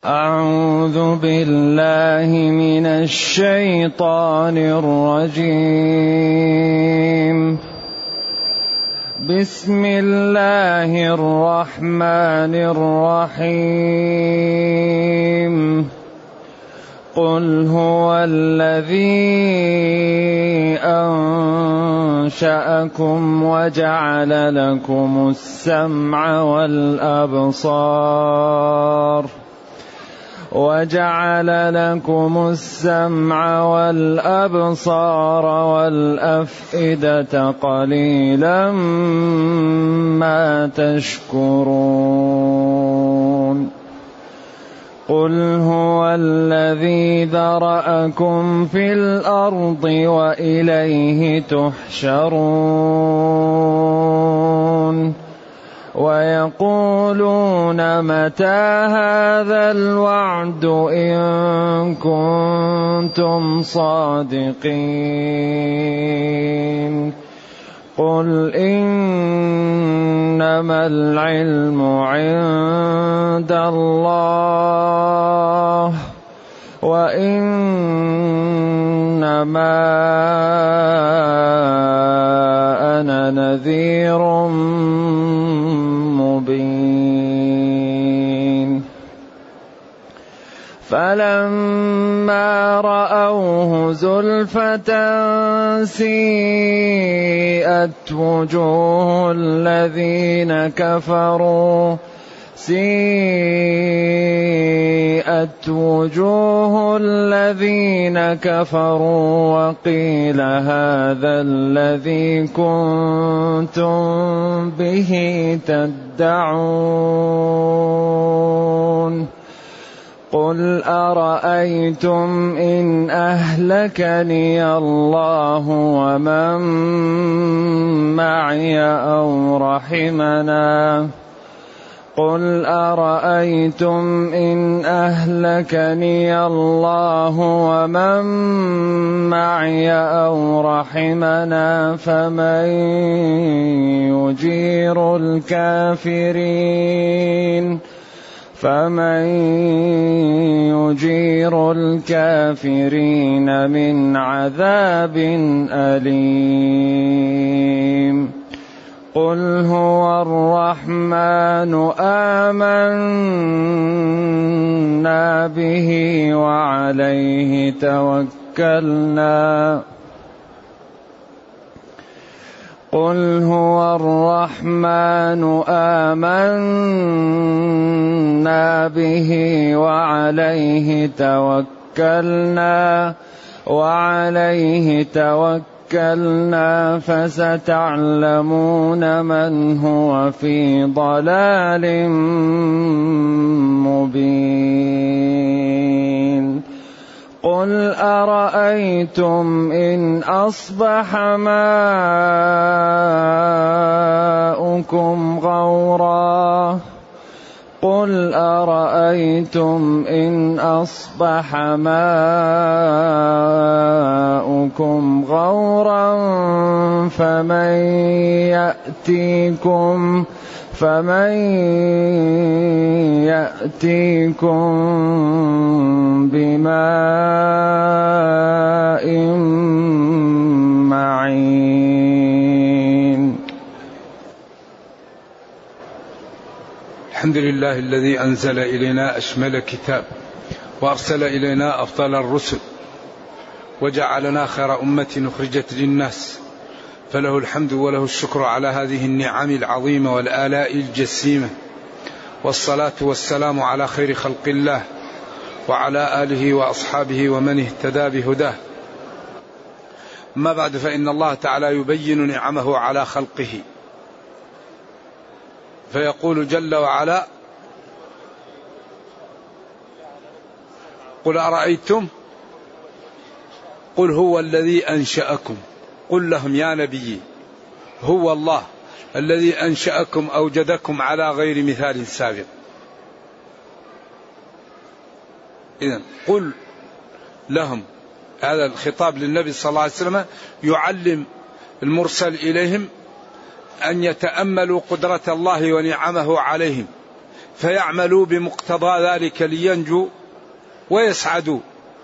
أعوذ بالله من الشيطان الرجيم. بسم الله الرحمن الرحيم. قل هو الذي أنشأكم وجعل لكم السمع والأبصار والأفئدة قليلا ما تشكرون. قل هو الذي ذرأكم في الأرض وإليه تحشرون. ويقولون متى هذا الوعد إن كنتم صادقين. قل إنما العلم عند الله وإنما أنا نذير مبين. فلما رأوه زلفة سيئت وجوه الذين كفروا وقيل هذا الذي كنتم به تدعون. قل أرأيتم إن أهلكني الله ومن معي أو رحمنا. قل أرأيتم إن أهلكني الله ومن معي أو رحمنا فمن يجير الكافرين من عذاب أليم. قل هو الرحمن آمنا به وعليه توكلنا. قل هو الرحمن آمنا به وعليه توكلنا فستعلمون من هو في ضلال مبين. قل أرأيتم إن أصبح ماؤكم غورا. قل أرأيتم إن أصبح ماؤكم غورا فمن يأتيكم بماء معين. الحمد لله الذي أنزل إلينا أشمل كتاب وأرسل إلينا أفضل الرسل وجعلنا خير أمة أخرجت للناس، فله الحمد وله الشكر على هذه النعم العظيمة والآلاء الجسيمة، والصلاة والسلام على خير خلق الله وعلى آله وأصحابه ومن اهتدى بهداه. أما بعد، فإن الله تعالى يبين نعمه على خلقه، فيقول جل وعلا: قل أرأيتم، قل هو الذي أنشأكم. قل لهم يا نبي: هو الله الذي أنشأكم أوجدكم على غير مثال سابق. إذن قل لهم، هذا الخطاب للنبي صلى الله عليه وسلم، يعلم المرسل إليهم أن يتأملوا قدرة الله ونعمه عليهم فيعملوا بمقتضى ذلك لينجوا ويسعدوا.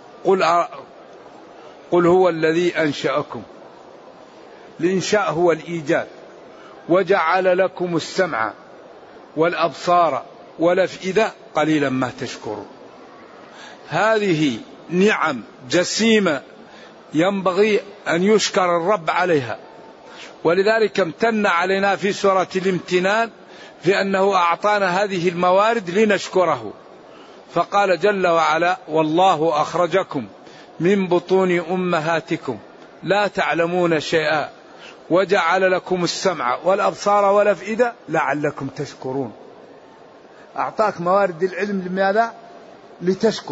قل هو الذي أنشأكم. الإنشاء هو الإيجاد. وجعل لكم السمع والأبصار والأفئدة قليلا ما تشكرون. هذه نعم جسيمة ينبغي أن يشكر الرب عليها، ولذلك امتن علينا في سورة الامتنان في أنه أعطانا هذه الموارد لنشكره، فقال جل وعلا: والله أخرجكم من بطون أمهاتكم لا تعلمون شيئا وجعل لكم السمع والأبصار والأفئدة لعلكم تشكرون. أعطاك موارد العلم لماذا؟ لتشكر.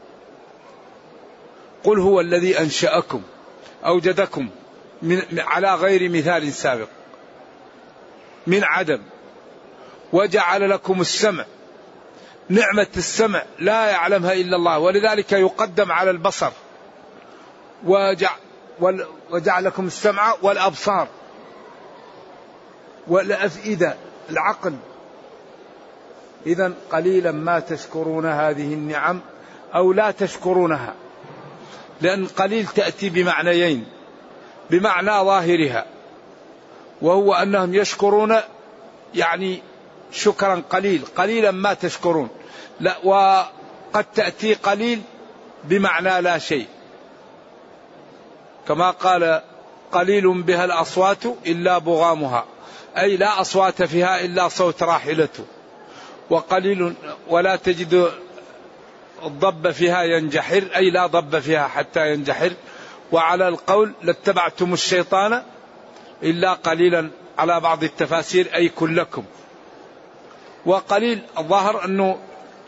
قل هو الذي أنشأكم، أوجدكم على غير مثال سابق من عدم، وجعل لكم السمع. نعمة السمع لا يعلمها إلا الله، ولذلك يقدم على البصر. وجعل لكم السمع والأبصار والأفئدة، العقل. إذن قليلا ما تشكرون هذه النعم أو لا تشكرونها، لأن قليل تأتي بمعنيين: بمعنى ظاهرها وهو أنهم يشكرون يعني شكرا قليل، قليلا ما تشكرون، لا، وقد تأتي قليل بمعنى لا شيء، كما قال: قليل بها الأصوات إلا بغامها، أي لا أصوات فيها إلا صوت راحلته. وقليل ولا تجد الضب فيها ينجحر، أي لا ضب فيها حتى ينجحر. وعلى القول لاتبعتم الشيطان إلا قليلا على بعض التفاسير، أي كلكم. وقليل الظاهر أنه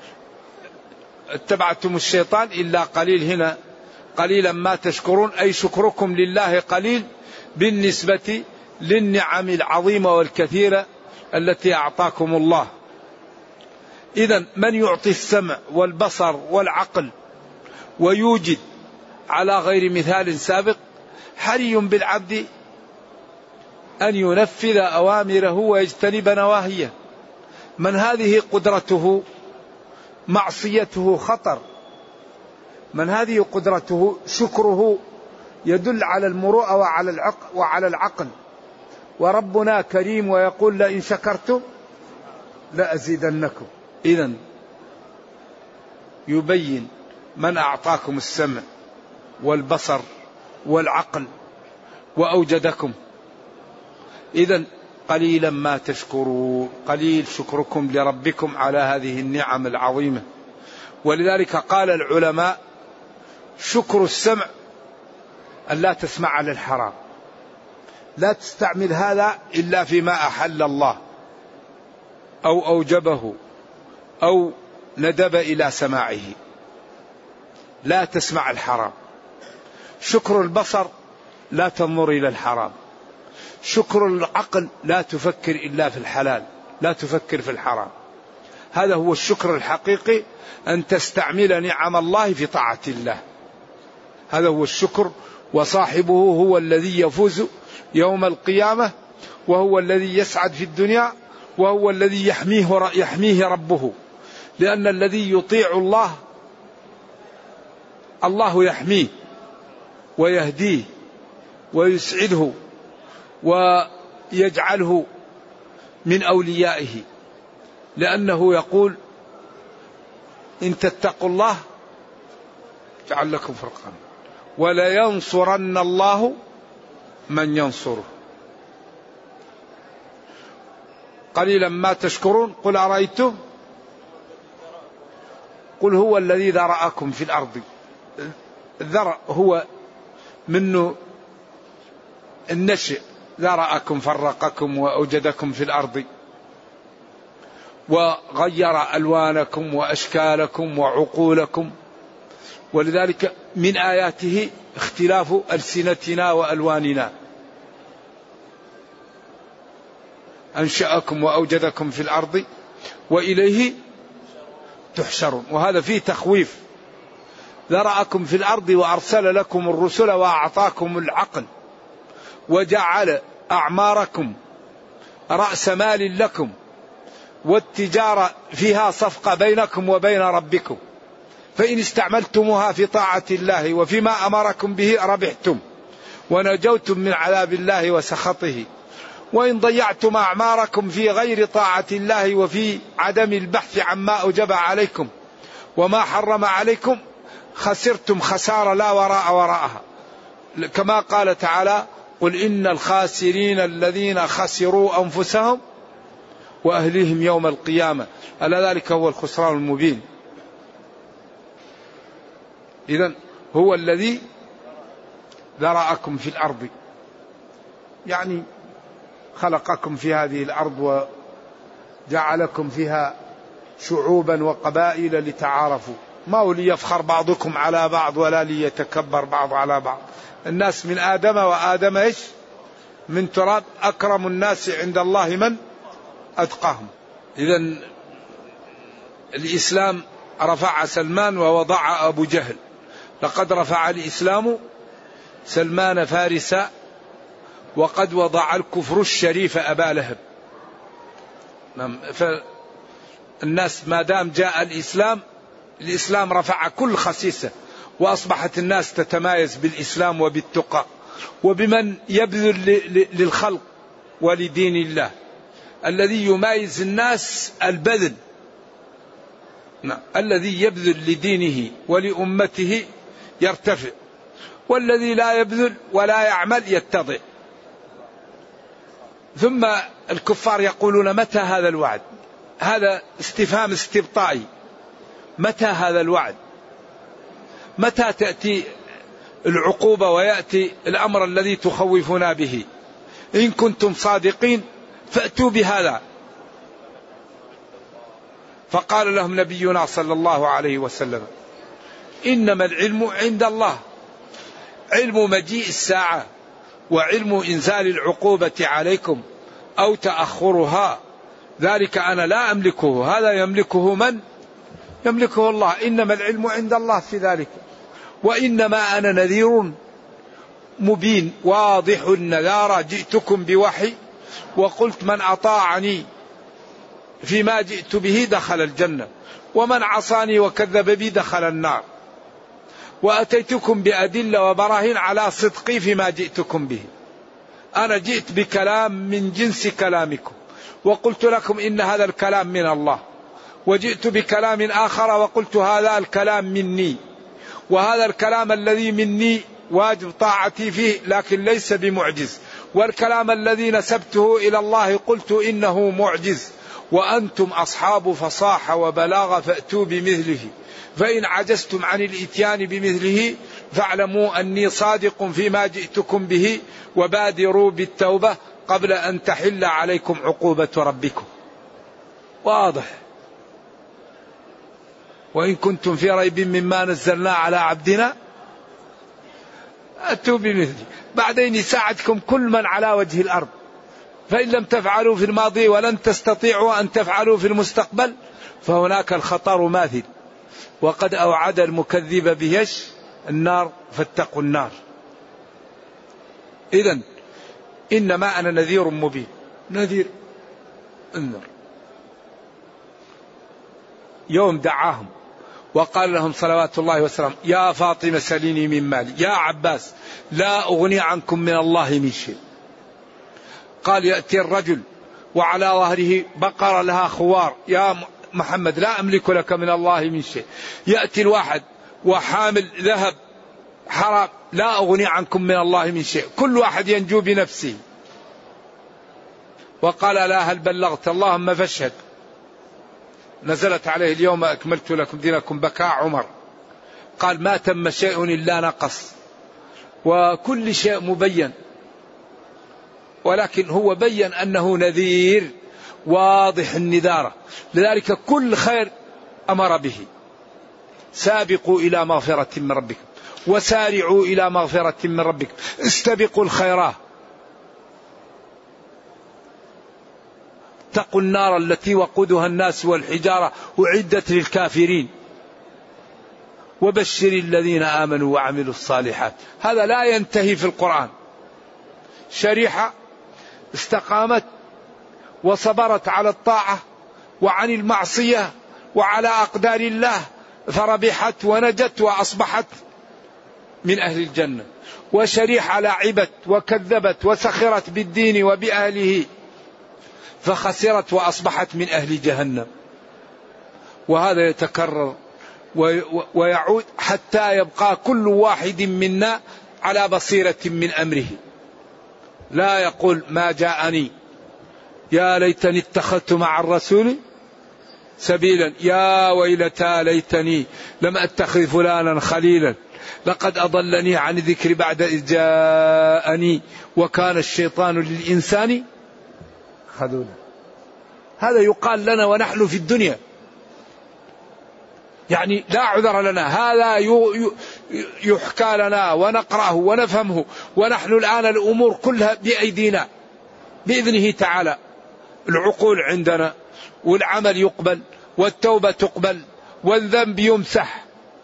اتبعتم الشيطان إلا قليل، هنا قليلا ما تشكرون، أي شكركم لله قليل بالنسبة للنعم العظيمة والكثيرة التي أعطاكم الله. إذن من يعطي السمع والبصر والعقل ويوجد على غير مثال سابق، حري بالعبد أن ينفذ أوامره ويجتنب نواهيه. من هذه قدرته معصيته خطر، من هذه قدرته شكره يدل على المروءة وعلى العقل. وربنا كريم ويقول: لئن شكرتم لأزيدنكم. إذن يبين من أعطاكم السمع والبصر والعقل وأوجدكم. إذن قليلا ما تشكرون، قليل شكركم لربكم على هذه النعم العظيمة. ولذلك قال العلماء: شكر السمع أن لا تسمع على الحرام، لا تستعمل هذا إلا فيما أحل الله أو أوجبه أو ندب إلى سماعه، لا تسمع الحرام. شكر البصر لا تنظر إلى الحرام. شكر العقل لا تفكر إلا في الحلال، لا تفكر في الحرام. هذا هو الشكر الحقيقي، أن تستعمل نعم الله في طاعة الله، هذا هو الشكر. وصاحبه هو الذي يفوز يوم القيامة، وهو الذي يسعد في الدنيا، وهو الذي يحميه ربه. لأن الذي يطيع الله الله يحميه ويهديه ويسعده ويجعله من أوليائه، لأنه يقول: إن تتقوا الله جعل لكم فرقانا ولينصرن الله من ينصره. قليلا ما تشكرون. قل أرأيتم، قل هو الذي ذرأكم في الأرض. الذرأ هو منه النشئ، ذرأكم فرقكم وأوجدكم في الأرض وغير ألوانكم وأشكالكم وعقولكم. ولذلك من آياته اختلاف ألسنتنا وألواننا. أنشأكم وأوجدكم في الأرض وإليه تحشرون. وهذا فيه تخويف. ذرأكم في الأرض وأرسل لكم الرسل وأعطاكم العقل وجعل أعماركم رأس مال لكم، والتجارة فيها صفقة بينكم وبين ربكم، فإن استعملتموها في طاعة الله وفيما أمركم به ربحتم ونجوتم من عذاب الله وسخطه. وإن ضيعتم أعماركم في غير طاعة الله وفي عدم البحث عما أوجب عليكم وما حرم عليكم خسرتم خسارة لا وراء وراءها، كما قال تعالى: قل إن الخاسرين الذين خسروا أنفسهم وأهليهم يوم القيامة ألا ذلك هو الخسران المبين. إذن هو الذي ذرأكم في الأرض، يعني خلقكم في هذه الأرض وجعلكم فيها شعوبا وقبائل لتعارفوا، ما هو ليفخر بعضكم على بعض ولا ليتكبر بعض على بعض. الناس من آدم وآدم إيش؟ من تراب، أكرم الناس عند الله من أتقاهم. إذن الإسلام رفع سلمان ووضع أبو جهل، لقد رفع الإسلام سلمان فارسا وقد وضع الكفر الشريف أبا لهب. فالناس ما دام جاء الإسلام رفع كل خسيسة، وأصبحت الناس تتمايز بالإسلام وبالتقى وبمن يبذل للخلق ولدين الله. الذي يمايز الناس البذل، الذي يبذل لدينه ولأمته يرتفع، والذي لا يبذل ولا يعمل يتضع. ثم الكفار يقولون: متى هذا الوعد؟ هذا استفهام استبطائي، متى هذا الوعد؟ متى تأتي العقوبة ويأتي الأمر الذي تخوفنا به؟ إن كنتم صادقين فأتوا بهذا. فقال لهم نبينا صلى الله عليه وسلم: إنما العلم عند الله، علم مجيء الساعة وعلم إنزال العقوبة عليكم أو تأخرها ذلك أنا لا أملكه، هذا يملكه من؟ يملكه الله. إنما العلم عند الله في ذلك، وإنما أنا نذير مبين واضح النذارة، جئتكم بوحي وقلت من أطاعني فيما جئت به دخل الجنة ومن عصاني وكذب بي دخل النار، وأتيتكم بأدلة وبراهين على صدقي فيما جئتكم به. أنا جئت بكلام من جنس كلامكم وقلت لكم إن هذا الكلام من الله، وجئت بكلام آخر وقلت هذا الكلام مني، وهذا الكلام الذي مني واجب طاعتي فيه لكن ليس بمعجز، والكلام الذي نسبته إلى الله قلت إنه معجز، وأنتم أصحاب فصاحة وبلاغة فأتوا بمثله، فإن عجزتم عن الإتيان بمثله فاعلموا أني صادق فيما جئتكم به وبادروا بالتوبة قبل أن تحل عليكم عقوبة ربكم. واضح. وإن كنتم في ريب مما نزلنا على عبدنا أتوا بمثله. بعدين يساعدكم كل من على وجه الأرض، فإن لم تفعلوا في الماضي ولن تستطيعوا أن تفعلوا في المستقبل فهناك الخطر ماثل، وقد أوعد المكذب بهش النار فاتقوا النار. إذن إنما أنا نذير مبين، نذير انذر. يوم دعاهم وقال لهم صلوات الله وسلامه: يا فاطمة سليني من مالي، يا عباس لا أغني عنكم من الله من شيء. قال: يأتي الرجل وعلى ظهره بقرة لها خوار، يا محمد لا أملك لك من الله من شيء. يأتي الواحد وحامل ذهب حرام، لا أغني عنكم من الله من شيء. كل واحد ينجو بنفسه. وقال: لا هل بلغت؟ اللهم فاشهد. نزلت عليه: اليوم أكملت لكم دينكم. بكى عمر، قال: ما تم شيء إلا نقص، وكل شيء مبين، ولكن هو بين أنه نذير واضح النذارة، لذلك كل خير أمر به. سابقوا إلى مغفرة من ربكم وسارعوا إلى مغفرة من ربكم، استبقوا الخيرات، اتقوا النار التي وقودها الناس والحجارة أعدت للكافرين وبشر الذين آمنوا وعملوا الصالحات. هذا لا ينتهي في القرآن. شريحة استقامت وصبرت على الطاعة وعن المعصية وعلى أقدار الله، فربحت ونجت وأصبحت من أهل الجنة. وشريحة لعبت وكذبت وسخرت بالدين وبأهله فخسرت وأصبحت من أهل جهنم. وهذا يتكرر ويعود حتى يبقى كل واحد منا على بصيرة من أمره، لا يقول ما جاءني يا ليتني اتخذت مع الرسول سبيلا، يا ويلتى ليتني لم أتخذ فلانا خليلا، لقد أضلني عن ذكر بعد إذ جاءني وكان الشيطان للإنسان خذولا. هذا يقال لنا ونحن في الدنيا، يعني لا عذر لنا، هذا يحكى لنا ونقرأه ونفهمه، ونحن الآن الأمور كلها بأيدينا بإذنه تعالى. العقول عندنا، والعمل يقبل، والتوبة تقبل، والذنب يمسح.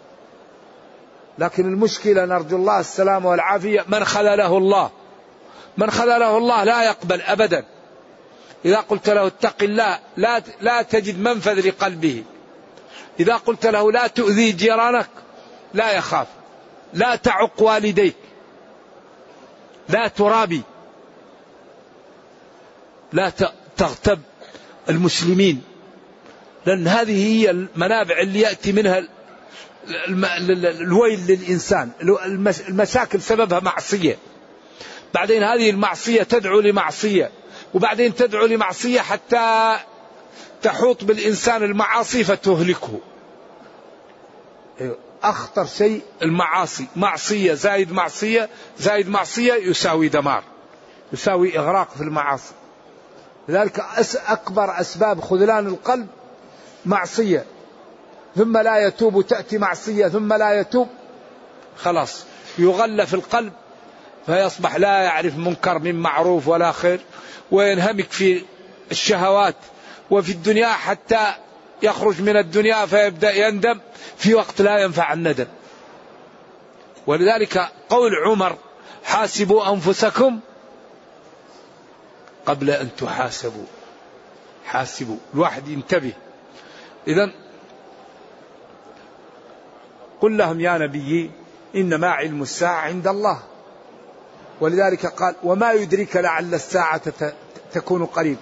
لكن المشكلة نرجو الله السلامة والعافية، من خذله الله، من خذله الله لا يقبل أبدا. إذا قلت له اتق الله لا تجد منفذ لقلبه. إذا قلت له لا تؤذي جيرانك لا يخاف. لا تعق والديك، لا ترابي، لا تغتب المسلمين، لأن هذه هي المنابع اللي يأتي منها الويل للإنسان. المشاكل سببها معصية، بعدين هذه المعصية تدعو لمعصية، وبعدين تدعو لمعصية حتى تحوط بالإنسان المعاصي فتهلكه. أخطر شيء المعاصي، معصية زائد معصية زائد معصية يساوي دمار، يساوي إغراق في المعاصي. لذلك أكبر أسباب خذلان القلب معصية، ثم لا يتوب، تأتي معصية ثم لا يتوب، خلاص يغلف القلب فيصبح لا يعرف منكر من معروف ولا خير، وينهمك في الشهوات وفي الدنيا حتى يخرج من الدنيا فيبدأ يندم في وقت لا ينفع الندم. ولذلك قول عمر حاسبوا أنفسكم قبل أن تحاسبوا. حاسبوا، الواحد ينتبه. إذن قل لهم يا نبي إنما علم الساعة عند الله. ولذلك قال وما يدرك لعل الساعة تكون قريب.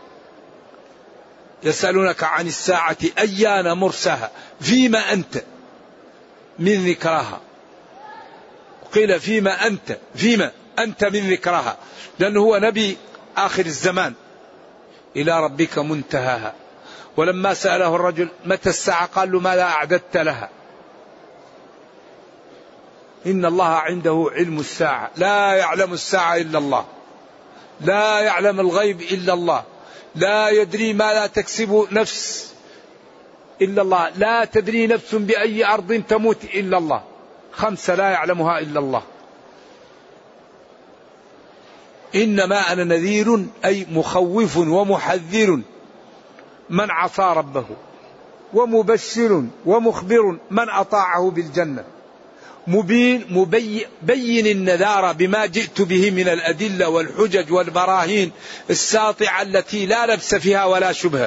يسألونك عن الساعة أيان مرساها فيما أنت من ذكراها. قيل فيما أنت من ذكراها، لأنه هو نبي آخر الزمان، إلى ربك منتهاها. ولما سأله الرجل متى الساعة قال له ماذا أعددت لها. إن الله عنده علم الساعة، لا يعلم الساعة إلا الله، لا يعلم الغيب إلا الله، لا يدري ما لا تكسب نفس إلا الله، لا تدري نفس بأي أرض تموت إلا الله. 5 لا يعلمها إلا الله. إنما أنا نذير أي مخوف ومحذر من عصى ربه، ومبشر ومخبر من أطاعه بالجنة، بين النذار بما جئت به من الأدلة والحجج والبراهين الساطعة التي لا لبس فيها ولا شبهة.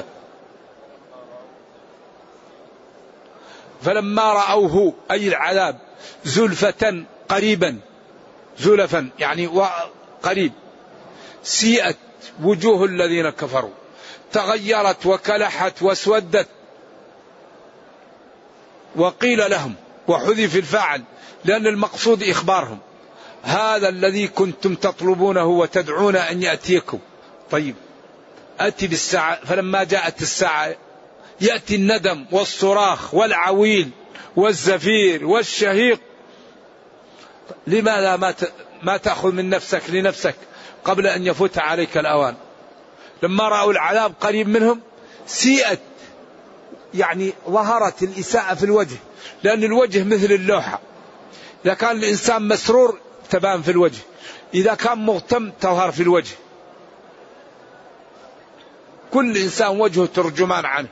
فلما رأوه أي العذاب زلفة قريبا، زلفا يعني قريب، سيئت وجوه الذين كفروا، تغيرت وكلحت واسودت. وقيل لهم، وحذف الفاعل لأن المقصود إخبارهم، هذا الذي كنتم تطلبونه وتدعون أن يأتيكم. طيب أتي بالساعة. فلما جاءت الساعة يأتي الندم والصراخ والعويل والزفير والشهيق. لماذا ما تأخذ من نفسك لنفسك قبل أن يفوت عليك الأوان؟ لما رأوا العذاب قريب منهم سيئت، يعني ظهرت الإساءة في الوجه، لأن الوجه مثل اللوحة، إذا كان الإنسان مسرور تبان في الوجه، إذا كان مغتم تظهر في الوجه. كل إنسان وجهه ترجمان عنه.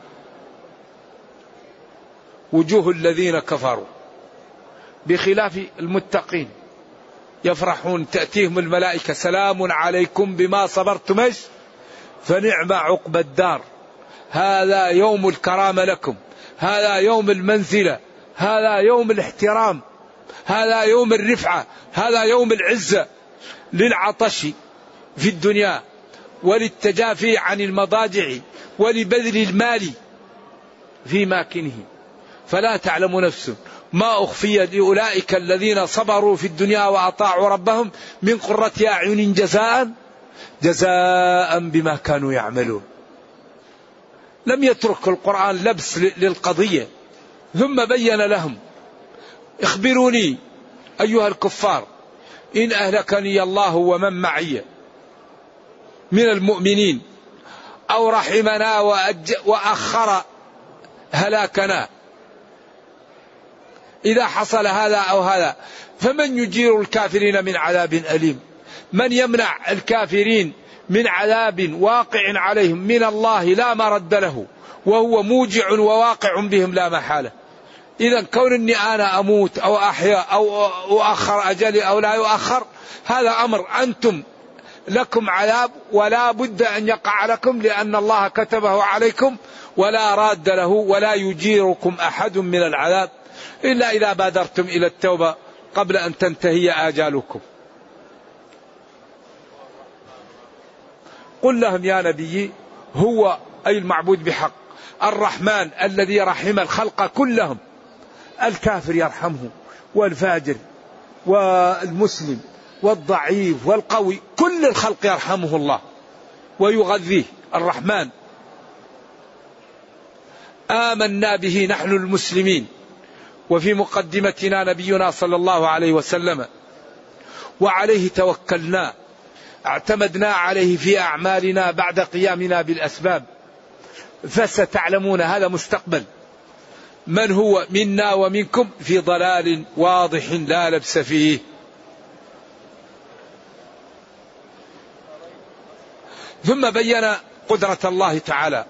وجوه الذين كفروا، بخلاف المتقين يفرحون، تأتيهم الملائكة سلام عليكم بما صبرتم فنعم عقبى الدار. هذا يوم الكرامة لكم، هذا يوم المنزلة، هذا يوم الاحترام، هذا يوم الرفعة، هذا يوم العزة. للعطش في الدنيا وللتجافي عن المضاجع ولبذل المال في ماكنه، فلا تعلم نفس ما أخفي لأولئك الذين صبروا في الدنيا وأطاعوا ربهم من قرة أعين جزاء بما كانوا يعملون. لم يترك القرآن لبس للقضية، ثم بين لهم: اخبروني أيها الكفار إن أهلكني الله ومن معي من المؤمنين أو رحمنا وأخر هلاكنا، إذا حصل هذا أو هذا فمن يجير الكافرين من عذاب أليم؟ من يمنع الكافرين من عذاب واقع عليهم من الله لا مرد له، وهو موجع وواقع بهم لا محالة. إذا كون أني أنا أموت أو أحيا أو أؤخر أجلي أو لا يؤخر، هذا أمر أنتم لكم عذاب ولا بد أن يقع لكم، لأن الله كتبه عليكم ولا راد له، ولا يجيركم أحد من العذاب إلا إذا بادرتم إلى التوبة قبل أن تنتهي آجالكم. قل لهم يا نبي: هو أي المعبود بحق الرحمن الذي رحم الخلق كلهم، الكافر يرحمه والفاجر والمسلم والضعيف والقوي، كل الخلق يرحمه الله ويغذيه. الرحمن آمنا به نحن المسلمين، وفي مقدمتنا نبينا صلى الله عليه وسلم، وعليه توكلنا، اعتمدنا عليه في أعمالنا بعد قيامنا بالأسباب. فستعلمون، هذا مستقبل، من هو منا ومنكم في ضلال واضح لا لبس فيه. ثم بين قدرة الله تعالى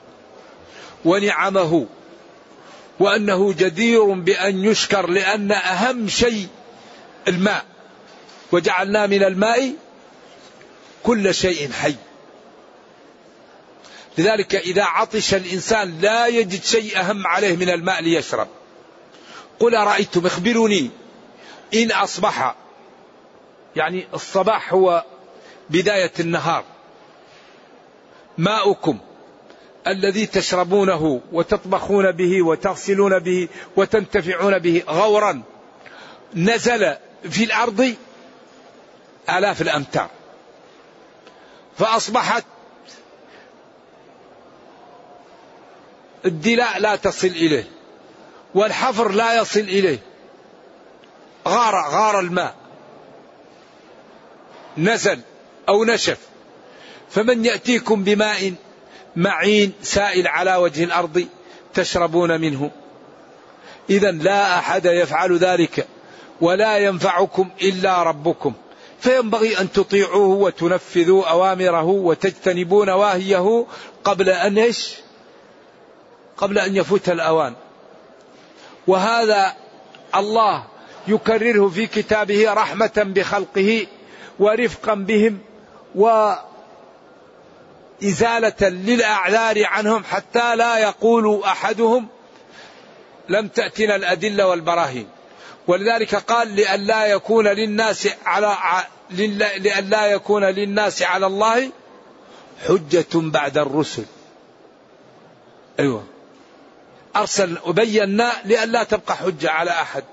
ونعمه، وأنه جدير بأن يشكر، لأن أهم شيء الماء، وجعلنا من الماء كل شيء حي. لذلك إذا عطش الإنسان لا يجد شيء أهم عليه من الماء ليشرب. قل أرأيتم، اخبروني إن أصبح، يعني الصباح هو بداية النهار، ماؤكم الذي تشربونه وتطبخون به وتغسلون به وتنتفعون به غورا نزل في الأرض آلاف الأمتار، فأصبحت الدلاء لا تصل إليه والحفر لا يصل إليه، غار الماء نزل أو نشف. فمن يأتيكم بماء معين سائل على وجه الأرض تشربون منه. إذا لا أحد يفعل ذلك ولا ينفعكم إلا ربكم، فينبغي أن تطيعوه وتنفذوا أوامره وتجتنبوا نواهيه قبل أن يفوت الأوان. وهذا الله يكرره في كتابه رحمة بخلقه ورفقا بهم وإزالة للأعذار عنهم، حتى لا يقول أحدهم لم تأتنا الأدلة والبراهين. ولذلك قال لئلا يكون للناس على الله حجة بعد الرسل. أيوة، أرسل وبينا لئلا تبقى حجة على أحد.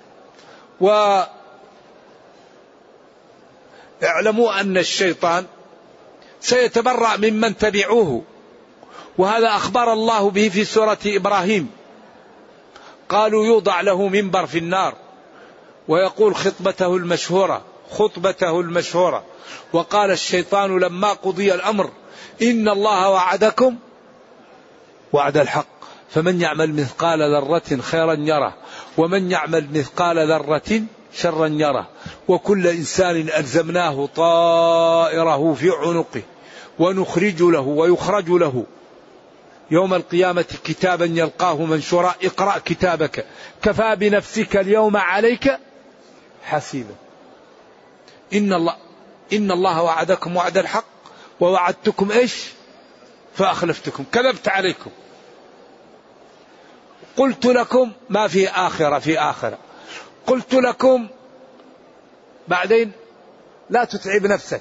واعلموا أن الشيطان سيتبرأ ممن تبعوه، وهذا أخبر الله به في سورة إبراهيم. قالوا يوضع له منبر في النار ويقول خطبته المشهورة. وقال الشيطان لما قضي الأمر إن الله وعدكم وعد الحق فمن يعمل مثقال ذرة خيرا يره ومن يعمل مثقال ذرة شرا يره وكل إنسان ألزمناه طائره في عنقه ويخرج له يوم القيامة كتابا يلقاه منشورا اقرأ كتابك كفى بنفسك اليوم عليك حسيبا. إن الله وعدكم وعد الحق ووعدتكم فأخلفتكم، كذبت عليكم، قلت لكم ما في آخرة، في آخرة قلت لكم بعدين لا تتعب نفسك،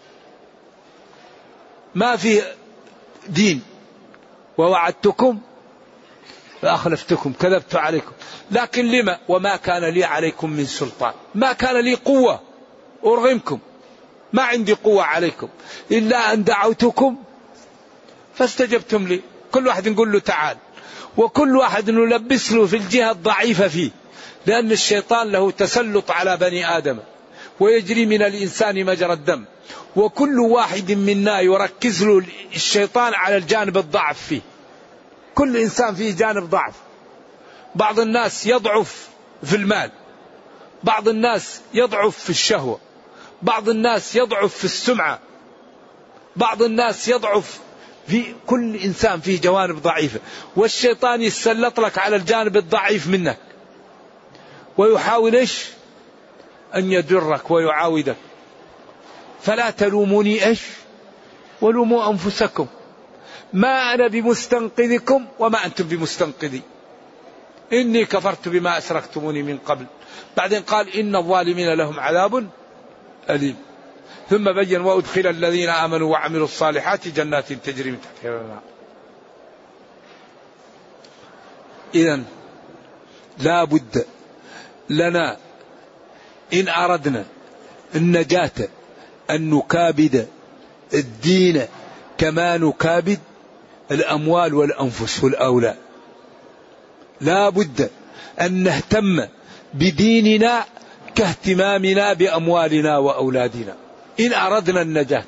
ما في دين، ووعدتكم فأخلفتكم، كذبت عليكم. لكن لما؟ وما كان لي عليكم من سلطان، ما كان لي قوة أرغمكم، ما عندي قوة عليكم إلا أن دعوتكم فاستجبتم لي. كل واحد نقول له تعال، وكل واحد نلبس له في الجهة الضعيفة فيه، لأن الشيطان له تسلط على بني آدم ويجري من الإنسان مجرى الدم، وكل واحد منا يركز له الشيطان على الجانب الضعف فيه. كل إنسان فيه جانب ضعف. بعض الناس يضعف في المال، بعض الناس يضعف في الشهوة، بعض الناس يضعف في السمعة، بعض الناس يضعف في، كل إنسان فيه جوانب ضعيفة، والشيطان يسلط لك على الجانب الضعيف منك ويحاول إيش؟ أن يدرك ويعاودك. فلا تلوموني إيش؟ ولوموا أنفسكم، ما أنا بمستنقذكم وما أنتم بمستنقذي، إني كفرت بما أشركتموني من قبل. بعدين قال إن الظالمين لهم عذاب أليم. ثم بين وأدخل الذين آمنوا وعملوا الصالحات جنات تجري من تحتها الأنهار. إذن لا بد لنا إن أردنا النجاة أن نكابد الدين كما نكابد الأموال والأنفس والأولاد. لا بد أن نهتم بديننا كاهتمامنا بأموالنا وأولادنا إن أردنا النجاة،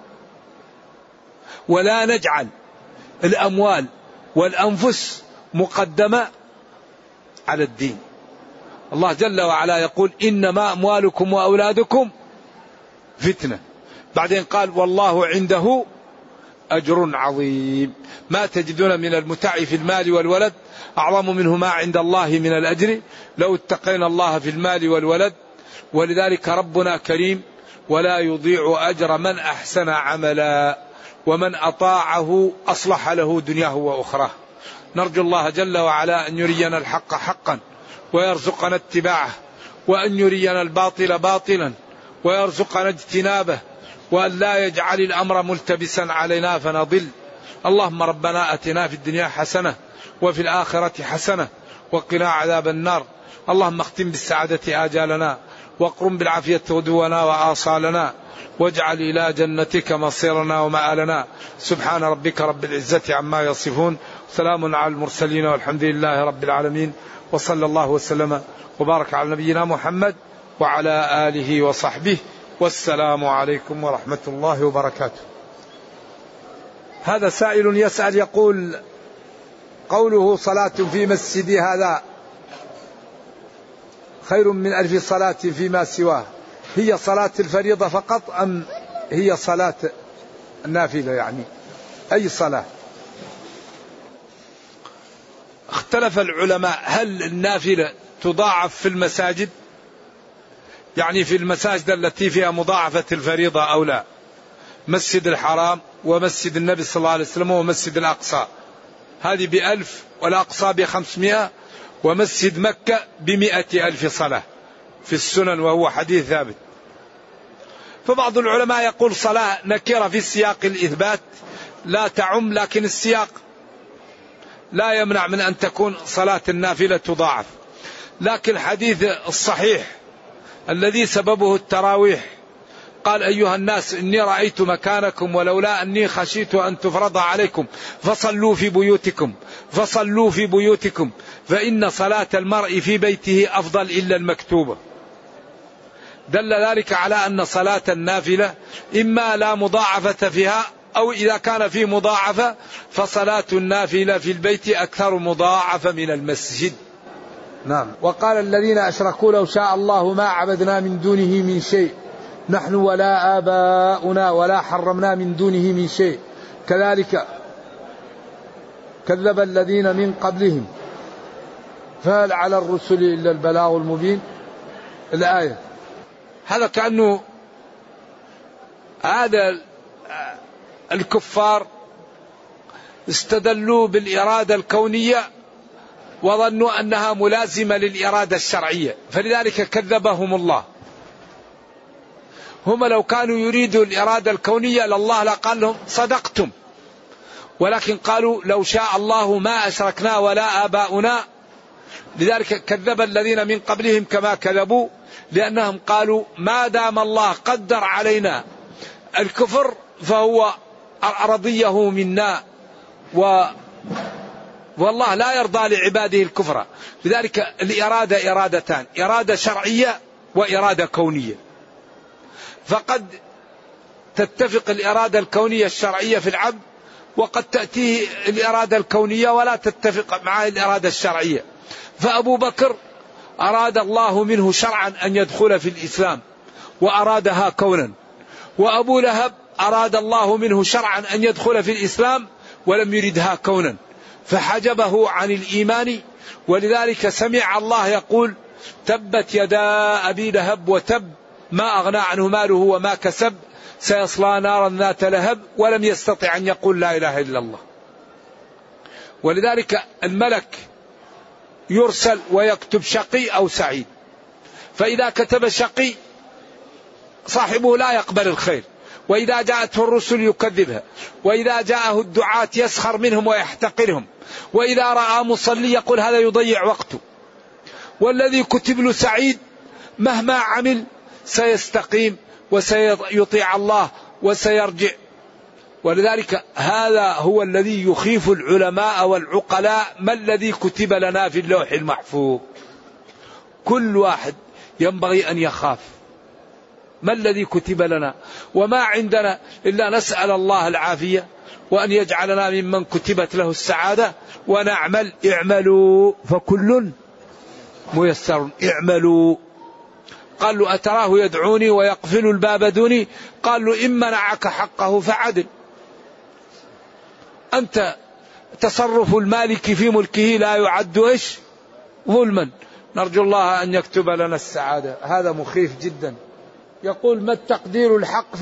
ولا نجعل الأموال والأنفس مقدمة على الدين. الله جل وعلا يقول إنما أموالكم وأولادكم فتنة، بعدين قال والله عنده أجر عظيم. ما تجدون من المتع في المال والولد أعظم منه ما عند الله من الأجر لو اتقينا الله في المال والولد. ولذلك ربنا كريم ولا يضيع أجر من أحسن عملا، ومن أطاعه أصلح له دنياه وأخراه. نرجو الله جل وعلا أن يرينا الحق حقا ويرزقنا اتباعه، وأن يرينا الباطل باطلا ويرزقنا اجتنابه، وأن لا يجعل الأمر ملتبسا علينا فنضل. اللهم ربنا أتنا في الدنيا حسنة وفي الآخرة حسنة وقنا عذاب النار. اللهم اختم بالسعادة آجالنا، واقرم بالعافية غدونا وآصالنا، واجعل إلى جنتك مصيرنا ومآلنا. سبحان ربك رب العزة عما يصفون، سلام على المرسلين والحمد لله رب العالمين، وصلى الله وسلم وبارك على نبينا محمد وعلى آله وصحبه، والسلام عليكم ورحمة الله وبركاته. هذا سائل يسأل يقول: قوله صلاة في مسجدي هذا خير من 1000 صلاة فيما سواه، هي صلاة الفريضة فقط أم هي صلاة النافلة؟ يعني أي صلاة؟ اختلف العلماء هل النافلة تضاعف في المساجد، يعني في المساجد التي فيها مضاعفة الفريضة أو لا، مسجد الحرام ومسجد النبي صلى الله عليه وسلم ومسجد الأقصى، هذه ب1000 والأقصى ب500، ومسجد مكة ب100,000 صلاة في السنن، وهو حديث ثابت. فبعض العلماء يقول صلاة نكرة في سياق الإثبات لا تعم، لكن السياق لا يمنع من أن تكون صلاة النافلة تضاعف. لكن الحديث الصحيح الذي سببه التراويح قال: أيها الناس إني رأيت مكانكم ولولا أني خشيت أن تفرض عليكم فصلوا في بيوتكم، فصلوا في بيوتكم، فإن صلاة المرء في بيته أفضل إلا المكتوبة. دل ذلك على أن صلاة النافلة إما لا مضاعفة فيها، أو إذا كان في مضاعفة فصلاة النافلة في البيت أكثر مضاعفة من المسجد. نعم. وقال الذين أشركوا لو شاء الله ما عبدنا من دونه من شيء نحن ولا آباؤنا ولا حرمنا من دونه من شيء كذلك كذب الذين من قبلهم فهل على الرسل إلا البلاغ المبين. الآية هذا كأنه هذا الكفار استدلوا بالإرادة الكونية وظنوا أنها ملازمة للإرادة الشرعية، فلذلك كذبهم الله. هم لو كانوا يريدوا الإرادة الكونية لله لقال لهم صدقتم، ولكن قالوا لو شاء الله ما أشركنا ولا آباؤنا. لذلك كذب الذين من قبلهم كما كذبوا، لأنهم قالوا ما دام الله قدر علينا الكفر فهو رضيه منا، والله لا يرضى لعباده الكفر. لذلك الإرادة إرادتان، إرادة شرعية وإرادة كونية. فقد تتفق الإرادة الكونية الشرعية في العبد، وقد تأتيه الإرادة الكونية ولا تتفق مع الإرادة الشرعية. فأبو بكر أراد الله منه شرعا أن يدخل في الإسلام وأرادها كونا، وأبو لهب أراد الله منه شرعا أن يدخل في الإسلام ولم يردها كونا، فحجبه عن الإيمان. ولذلك سمع الله يقول تبت يدا أبي لهب وتب ما أغنى عنه ماله وما كسب سيصلى نارا ذات لهب، ولم يستطع أن يقول لا إله إلا الله. ولذلك الملك يرسل ويكتب شقي أو سعيد، فإذا كتب شقي صاحبه لا يقبل الخير، وإذا جاءته الرسل يكذبها، وإذا جاءه الدعاة يسخر منهم ويحتقرهم، وإذا رأى مصلي يقول هذا يضيع وقته. والذي كتب له سعيد مهما عمل سيستقيم وسيطيع الله وسيرجع. ولذلك هذا هو الذي يخيف العلماء والعقلاء، ما الذي كتب لنا في اللوح المحفوظ. كل واحد ينبغي أن يخاف ما الذي كتب لنا، وما عندنا إلا نسأل الله العافية وأن يجعلنا ممن كتبت له السعادة، ونعمل اعملوا فكل ميسر اعملوا. قال له أتراه يدعوني ويقفل الباب دوني؟ قال له إن منعك حقه فعدل. أنت تصرف المالك في ملكه لا يعد إيش ظلما. نرجو الله أن يكتب لنا السعادة. هذا مخيف جدا. يقول ما التقدير الحق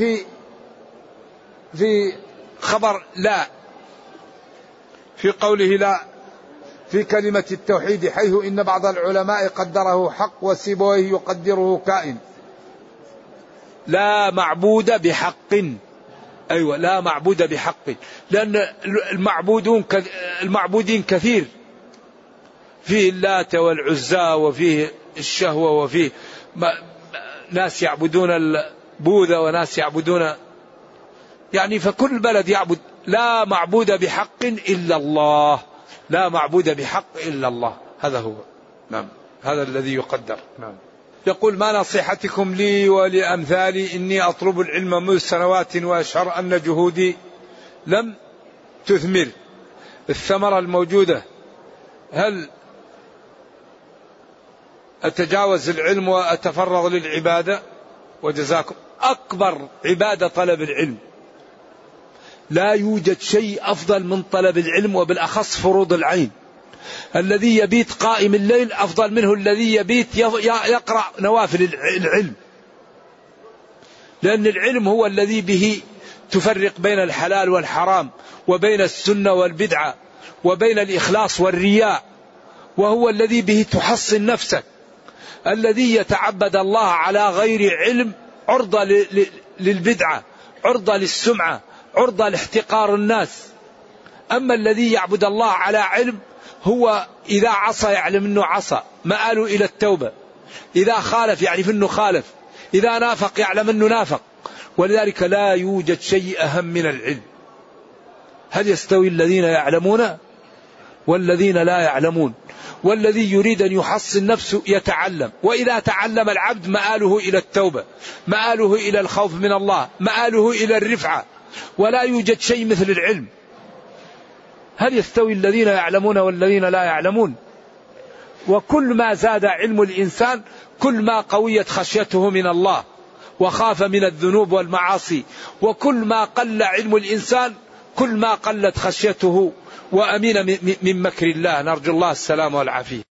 في خبر لا، في قوله لا في كلمة التوحيد، حيث إن بعض العلماء قدره حق وسيبويه يقدره كائن. لا معبود بحق، أيوة لا معبود بحق، لأن المعبودين كثير، فيه اللات والعزى وفيه الشهوة وفيه ناس يعبدون البوذا وناس يعبدون يعني فكل بلد يعبد. لا معبود بحق إلا الله، لا معبود بحق إلا الله. هذا هو. نعم هذا الذي يقدر. نعم. يقول ما نصيحتكم لي ولأمثالي إني أطلب العلم منذ سنوات وأشعر أن جهودي لم تثمر الثمرة الموجودة، هل أتجاوز العلم وأتفرغ للعبادة؟ وجزاكم. أكبر عبادة طلب العلم، لا يوجد شيء أفضل من طلب العلم، وبالأخص فروض العين. الذي يبيت قائم الليل أفضل منه الذي يبيت يقرأ نوافل العلم، لأن العلم هو الذي به تفرق بين الحلال والحرام، وبين السنة والبدعة، وبين الإخلاص والرياء، وهو الذي به تحصن نفسك. الذي يتعبد الله على غير علم عرضة للبدعة، عرضة للسمعة، عرضة لاحتقار الناس. أما الذي يعبد الله على علم هو إذا عصى يعلم أنه عصى مآله إلى التوبة، إذا خالف يعرف أنه خالف، إذا نافق يعلم أنه نافق. ولذلك لا يوجد شيء أهم من العلم. هل يستوي الذين يعلمون والذين لا يعلمون؟ والذي يريد أن يحصن نفسه يتعلم، وإذا تعلم العبد مآله إلى التوبة، مآله إلى الخوف من الله، مآله إلى الرفعة. ولا يوجد شيء مثل العلم. هل يستوي الذين يعلمون والذين لا يعلمون؟ وكل ما زاد علم الإنسان كل ما قويت خشيته من الله وخاف من الذنوب والمعاصي، وكل ما قل علم الإنسان كل ما قلت خشيته وأمين من مكر الله. نرجو الله السلام والعافية.